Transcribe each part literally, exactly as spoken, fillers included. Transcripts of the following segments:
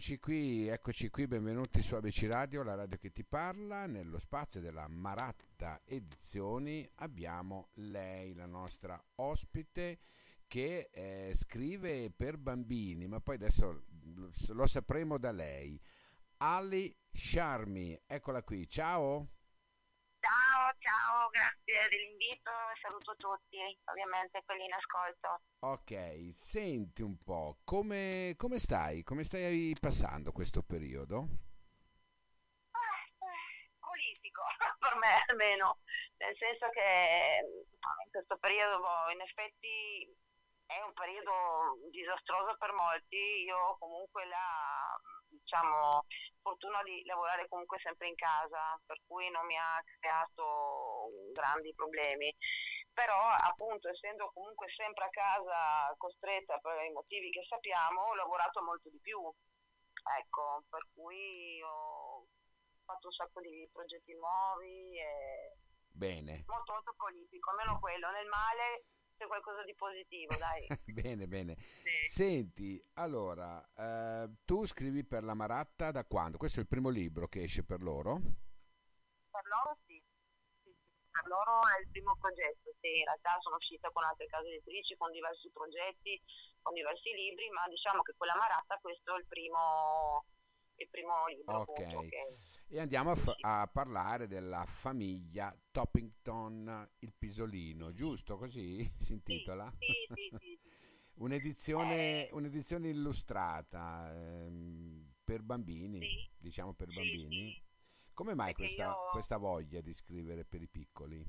Eccoci qui, eccoci qui, benvenuti su A B C Radio, la radio che ti parla. Nello spazio della Maratta Edizioni abbiamo lei, la nostra ospite, che eh, scrive per bambini, ma poi adesso lo lo sapremo da lei. Ali Sharmi, eccola qui, ciao. Ciao, ciao, grazie dell'invito, saluto tutti, ovviamente quelli in ascolto. Ok, senti un po', come, come stai? Come stai passando questo periodo? Ah, eh, Prolifico, per me almeno, nel senso che mm, in questo periodo, boh, in effetti è un periodo disastroso per molti. Io ho comunque la, diciamo, fortuna di lavorare comunque sempre in casa, per cui non mi ha creato grandi problemi. Però appunto essendo comunque sempre a casa costretta per i motivi che sappiamo, ho lavorato molto di più. Ecco, per cui ho fatto un sacco di progetti nuovi e Bene. molto molto politico, almeno quello. Nel male c'è qualcosa di positivo, dai. Bene, bene. Sì. Senti, allora, eh, tu scrivi per la Maratta da quando? Questo è il primo libro che esce per loro? Per loro sì. Sì, sì. Per loro è il primo progetto, sì, in realtà sono uscita con altre case editrici, con diversi progetti, con diversi libri, ma diciamo che con la Maratta questo è il primo, il primo libro Ok. appunto che E andiamo a, è fa- uscito. a parlare della famiglia Toppington, il pisolino, giusto? Così si Sì, intitola? sì, sì, sì, sì, sì. Un'edizione, Eh, un'edizione illustrata ehm, per bambini, sì, diciamo per sì, bambini. sì, Come mai perché io. questa, questa voglia di scrivere per i piccoli?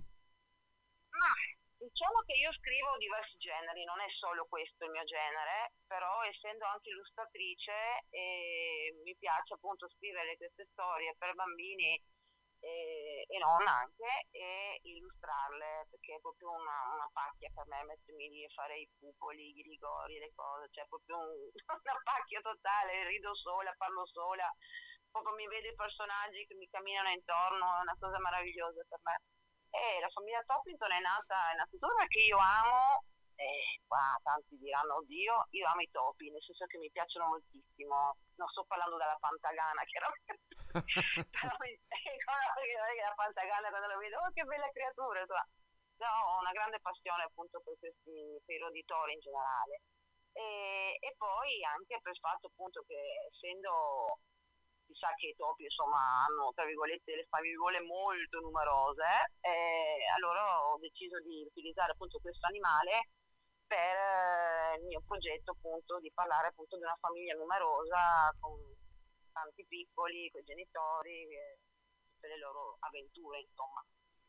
Ma diciamo che io scrivo diversi generi, non è solo questo il mio genere, però essendo anche illustratrice eh, mi piace appunto scrivere queste storie per bambini eh, e non anche e illustrarle perché è proprio una, una pacchia per me mettermi lì e fare i pupoli, i grigori, le cose, cioè è proprio un- una pacchia totale, rido sola, parlo sola, proprio mi vedo i personaggi che mi camminano intorno, è una cosa meravigliosa per me. E la famiglia Toppington è nata innanzitutto perché io amo, e qua tanti diranno oddio, io amo i topi, nel senso che mi piacciono moltissimo. Non sto parlando della pantagana, chiaramente, però mi perché la pantagana quando lo vedo, oh che bella creatura, insomma. No, ho una grande passione appunto per questi per i roditori in generale. E, e poi anche per il fatto appunto che essendo si sa che i topi insomma hanno tra virgolette delle famiglie molto numerose e allora ho deciso di utilizzare appunto questo animale per eh, il mio progetto appunto di parlare appunto di una famiglia numerosa con tanti piccoli, con i genitori, e tutte le loro avventure insomma.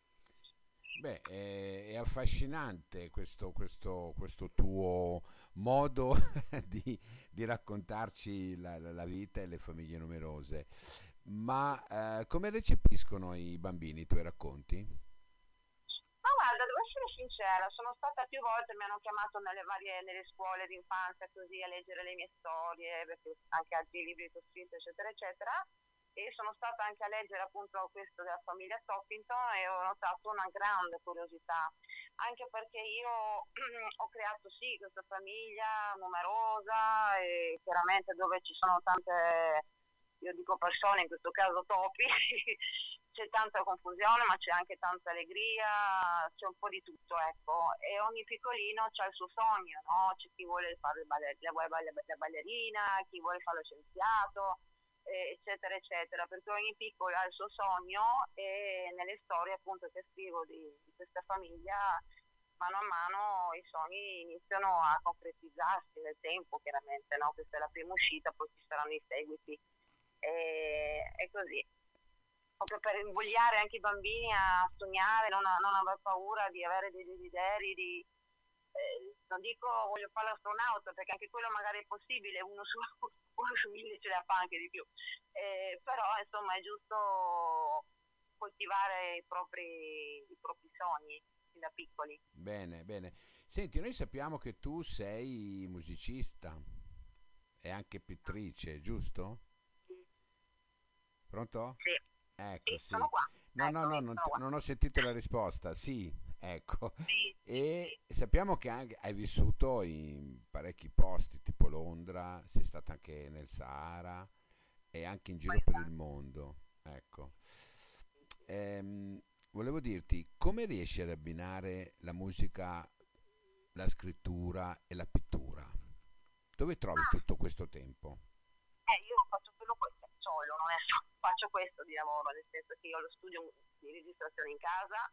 Beh, è, è affascinante questo, questo, questo tuo modo di, di raccontarci la, la- la vita e le famiglie numerose. Ma eh, come recepiscono i bambini i tuoi racconti? Ma guarda, devo essere sincera, sono stata più volte, mi hanno chiamato nelle varie, nelle scuole di infanzia così a leggere le mie storie, perché anche altri libri che ho scritto, eccetera, eccetera, e sono stata anche a leggere appunto questo della famiglia Toppington e ho notato una grande curiosità, anche perché io ho creato sì questa famiglia numerosa e chiaramente dove ci sono tante, io dico persone, in questo caso topi, c'è tanta confusione, ma c'è anche tanta allegria, c'è un po' di tutto, ecco. E ogni piccolino ha il suo sogno, no? C'è chi vuole fare il baller- la, vuole balle- la ballerina, chi vuole fare lo scienziato, eh, eccetera, eccetera. Perché ogni piccolo ha il suo sogno e nelle storie appunto che scrivo di, di questa famiglia, mano a mano i sogni iniziano a concretizzarsi nel tempo, chiaramente, no? Questa è la prima uscita, poi ci saranno i seguiti. E, e così proprio per invogliare anche i bambini a sognare, non, a, non aver paura di avere dei desideri, di, eh, non dico voglio fare l'astronauta perché anche quello magari è possibile, uno su, uno su mille ce la fa anche di più, eh, però insomma è giusto coltivare i propri, i propri sogni fin da piccoli. Bene, bene. Senti, noi sappiamo che tu sei musicista e anche pittrice, giusto? Sì, Pronto? sì, Ecco, sì, sono sì. qua, No, no, no, eccomi, non, sono ti- qua. non ho sentito la risposta. Sì, ecco. Sì, sì, sì. E sappiamo che anche hai vissuto in parecchi posti, tipo Londra, sei stata anche nel Sahara. e anche in giro poi per il esatto. mondo. Ecco. Ehm, Volevo dirti, come riesci ad abbinare la musica, la scrittura e la pittura? Dove trovi Ah, tutto questo tempo? eh, io faccio solo questo, solo, non è solo, faccio questo di lavoro, nel senso che io ho lo studio di registrazione in casa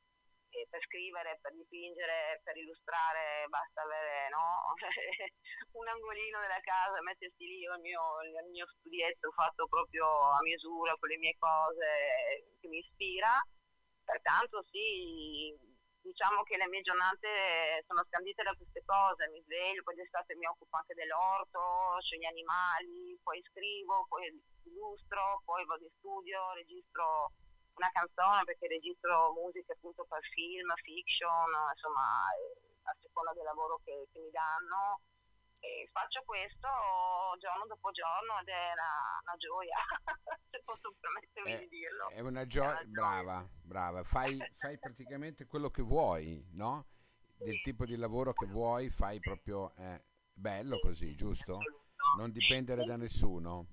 e per scrivere, per dipingere, per illustrare basta avere, no? Un angolino della casa, mettersi lì io il mio, il mio studietto fatto proprio a misura con le mie cose che mi ispira. Pertanto sì, diciamo che le mie giornate sono scandite da queste cose, mi sveglio, poi d'estate mi occupo anche dell'orto, c'ho gli animali, poi scrivo, poi illustro, poi vado in studio, registro una canzone perché registro musiche appunto per film, fiction, insomma, eh, a seconda del lavoro che, che mi danno. E faccio questo giorno dopo giorno ed è una, una gioia, se posso permettermi È, di dirlo. è una È gioia, una gioia. brava, brava, fai, fai praticamente quello che vuoi, no? Sì, Del tipo di sì, lavoro che quello vuoi, fai sì, proprio, eh, bello sì, sì, così, sì, giusto? assoluto. Non dipendere da Sì, nessuno.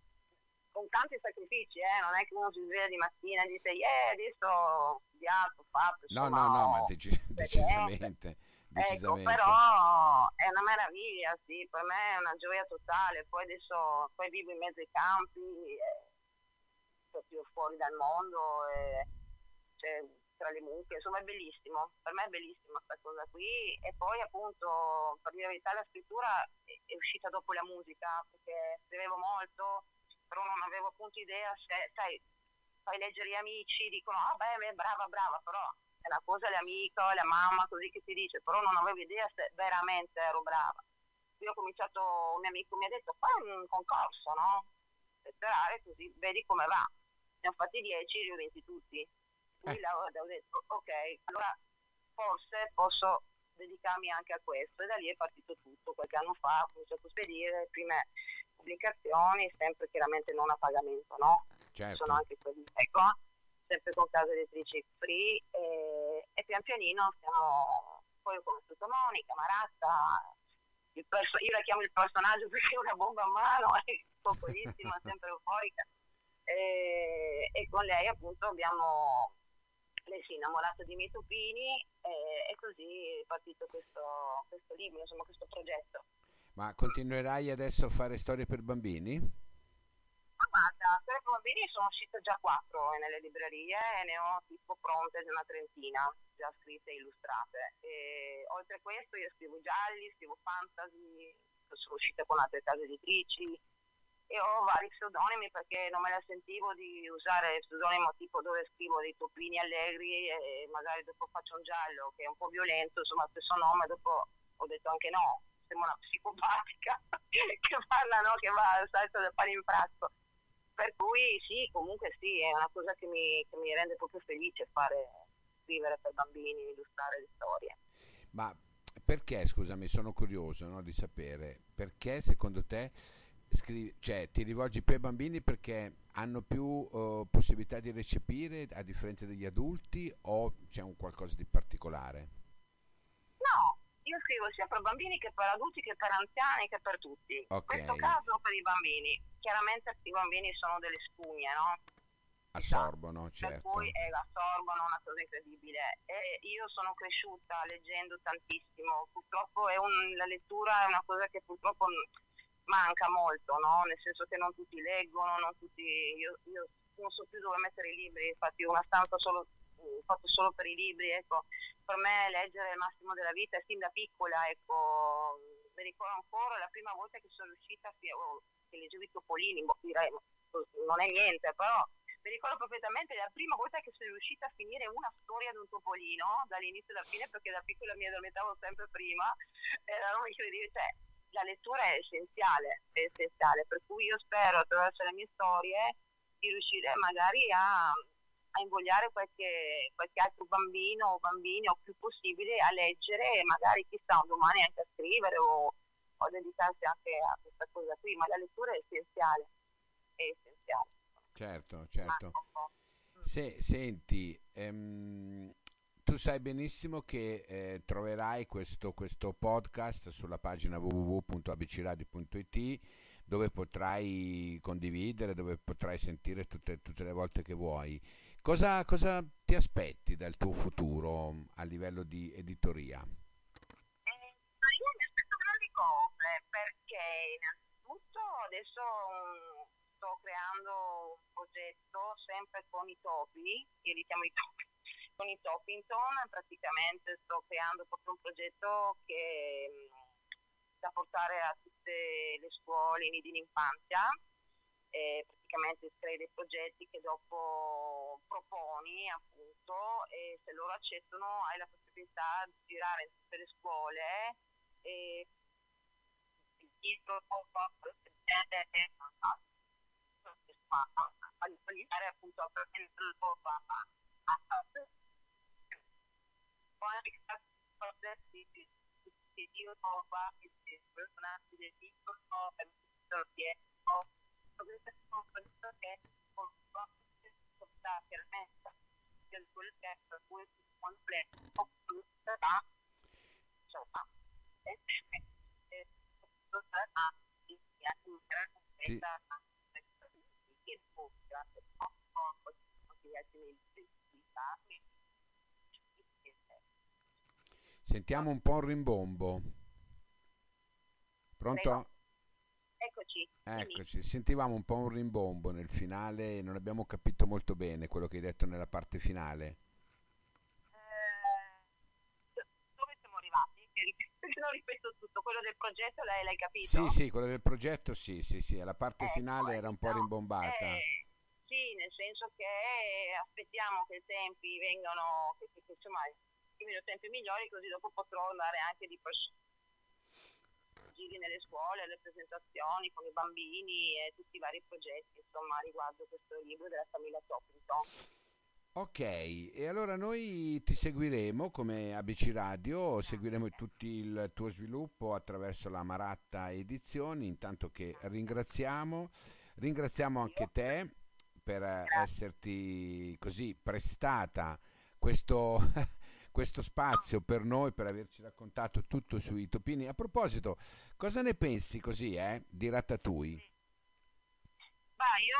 con tanti sacrifici, eh, non è che uno si sveglia di mattina e dice, eh, adesso ho studiato, ho fatto, No, insomma, no, no, ma ho deci- esperienze. decisamente, Ecco, decisamente. però è una meraviglia, sì, per me è una gioia totale. Poi adesso poi vivo in mezzo ai campi, eh, proprio fuori dal mondo, e, cioè, tra le mucche, insomma è bellissimo, per me è bellissima questa cosa qui. E poi appunto, per dire la verità, la scrittura è, è uscita dopo la musica, perché scrivevo molto, però non avevo appunto idea se, sai, fai leggere gli amici, dicono, ah beh, beh, brava, brava, però è una cosa l'amico, la mamma così che ti dice, però non avevo idea se veramente ero brava. Io ho cominciato, un mio amico mi ha detto, fai un concorso, no? Per sperare così vedi come va. Ne ho fatti dieci, li ho vinti tutti. Eh, Quindi là ho ho detto, ok, allora forse posso dedicarmi anche a questo. E da lì è partito tutto. Qualche anno fa ho cominciato a spedire le prime pubblicazioni, sempre chiaramente non a pagamento, no? Ci sono certo. anche quelli, ecco, sempre con case editrici free e, e pian pianino stiamo, poi ho conosciuto Monica, Maratta, il perso- io la chiamo il personaggio perché è una bomba a mano, è coccolissima, sempre euforica e, e con lei appunto abbiamo, lei si è innamorata di miei topini e, e così è partito questo, questo libro, insomma questo progetto. Ma Mm. continuerai adesso a fare storie per bambini? Ma guarda, per i bambini sono uscite già quattro nelle librerie e ne ho tipo pronte una trentina, già scritte e illustrate. E, oltre a questo io scrivo gialli, scrivo fantasy, sono uscite con altre case editrici e ho vari pseudonimi perché non me la sentivo di usare pseudonimo tipo dove scrivo dei topini allegri e magari dopo faccio un giallo che è un po' violento, insomma, stesso nome, dopo ho detto anche no, sembra una psicopatica che parla, no, che va al salto del pane in frasco. Per cui sì, comunque sì, è una cosa che mi, che mi rende proprio felice fare, scrivere per bambini, illustrare le storie. Ma perché, scusami, sono curioso, no, di sapere, perché secondo te scrivi, cioè, ti rivolgi più ai bambini perché hanno più eh, possibilità di recepire a differenza degli adulti o c'è un qualcosa di particolare? No, io scrivo sia per bambini che per adulti che per anziani che per tutti. In Ok, questo caso per i bambini. Chiaramente i bambini sono delle spugne, no? Si sa. assorbono, Per cui certo. eh, assorbono una cosa incredibile. E io sono cresciuta leggendo tantissimo. Purtroppo è un- la lettura è una cosa che purtroppo manca molto, no? Nel senso che non tutti leggono, non tutti. Io, io non so più dove mettere i libri, infatti una stanza solo, fatto solo per i libri, ecco per me leggere è il massimo della vita, sin da piccola, ecco, mi ricordo ancora la prima volta che sono riuscita a fi- oh, che leggevo i Topolini, boh, direi, non è niente, però mi ricordo perfettamente la prima volta che sono riuscita a finire una storia di un topolino dall'inizio alla fine perché da piccola mi addormentavo sempre prima, era roba incredibile, cioè la lettura è essenziale, è essenziale, per cui io spero attraverso le mie storie di riuscire magari a a invogliare qualche, qualche altro bambino o bambini o più possibile a leggere e magari chissà un domani anche a scrivere o, o dedicarsi anche a questa cosa qui, ma la lettura è essenziale, è essenziale. Certo, Ci certo. manca un po'. Mm. Se, senti, ehm, tu sai benissimo che eh, troverai questo, questo podcast sulla pagina w w w punto a b c radio punto i t, dove potrai condividere, dove potrai sentire tutte, tutte le volte che vuoi. Cosa, cosa ti aspetti dal tuo futuro a livello di editoria? Eh, ma io mi aspetto grandi cose perché innanzitutto adesso mm, sto creando un progetto sempre con i topi, io li chiamo i topi, con i Toppington praticamente sto creando proprio un progetto che mm, da portare a tutte le scuole, i nidi d'infanzia e praticamente crei dei progetti che dopo proponi appunto e se loro accettano hai la possibilità di girare in tutte le scuole e dietro aiutare appunto a prendere poi progetti che io ho qualche personaggio del libro per il dietro questo sono progetto che porta chiaramente del quel che per cui si completo sarà insomma e e sarà di una Ti, completa che mostra di altri sentiamo un po' un rimbombo. prego Pronto? eccoci dimmi. Eccoci, sentivamo un po' un rimbombo nel finale, non abbiamo capito molto bene quello che hai detto nella parte finale. Eh, do- dove siamo arrivati? Che rip- non ripeto tutto, quello del progetto l'hai, l'hai Sì, capito? sì, quello del progetto, sì, sì, sì, la parte Ecco, finale eh, era un po' no, rimbombata. eh, sì, nel senso che aspettiamo che i tempi vengano, che, che, che, insomma, arrivino tempi migliori, così dopo potrò andare anche di persona giri nelle scuole, alle presentazioni con i bambini e tutti i vari progetti, insomma, riguardo questo libro della famiglia Toppington. Ok, e allora noi ti seguiremo come A B C Radio, seguiremo Grazie, tutto il tuo sviluppo attraverso la Maratta Edizioni, intanto che grazie. ringraziamo, ringraziamo Io, anche te per eh, grazie. esserti così prestata questo, questo spazio per noi, per averci raccontato tutto sui topini. A proposito, cosa ne pensi così, eh, di Ratatouille? Sì. Ma io,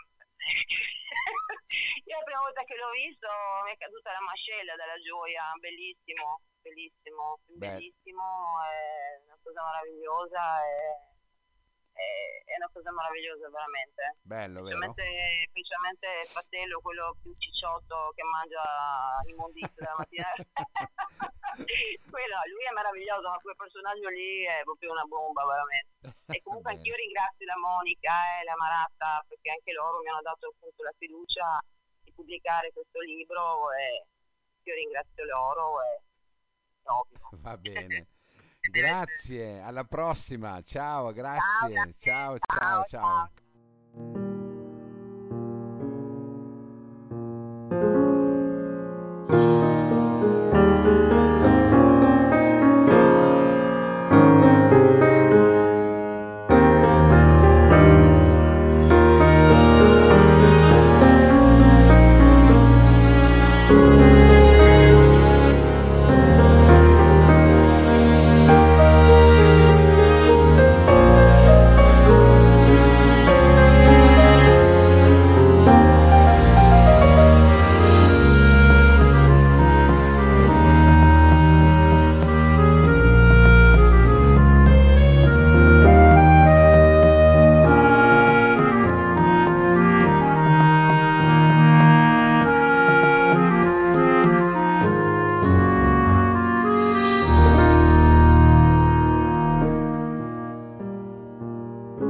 io la prima volta che l'ho visto mi è caduta la mascella dalla gioia, bellissimo, bellissimo, Beh, bellissimo, è una cosa meravigliosa, è, è- è una cosa meravigliosa veramente. bello, vero? Specialmente, specialmente il fratello, quello più cicciotto che mangia immondizia dalla mattina. Quello, lui è meraviglioso, ma quel personaggio lì è proprio una bomba veramente. E comunque Bene. anch'io ringrazio la Monica e la Maratta perché anche loro mi hanno dato appunto la fiducia di pubblicare questo libro e io ringrazio loro e è ovvio. Va bene. Grazie, alla prossima. Ciao, Ciao, grazie. grazie. Ciao, ciao, Ciao, ciao. ciao.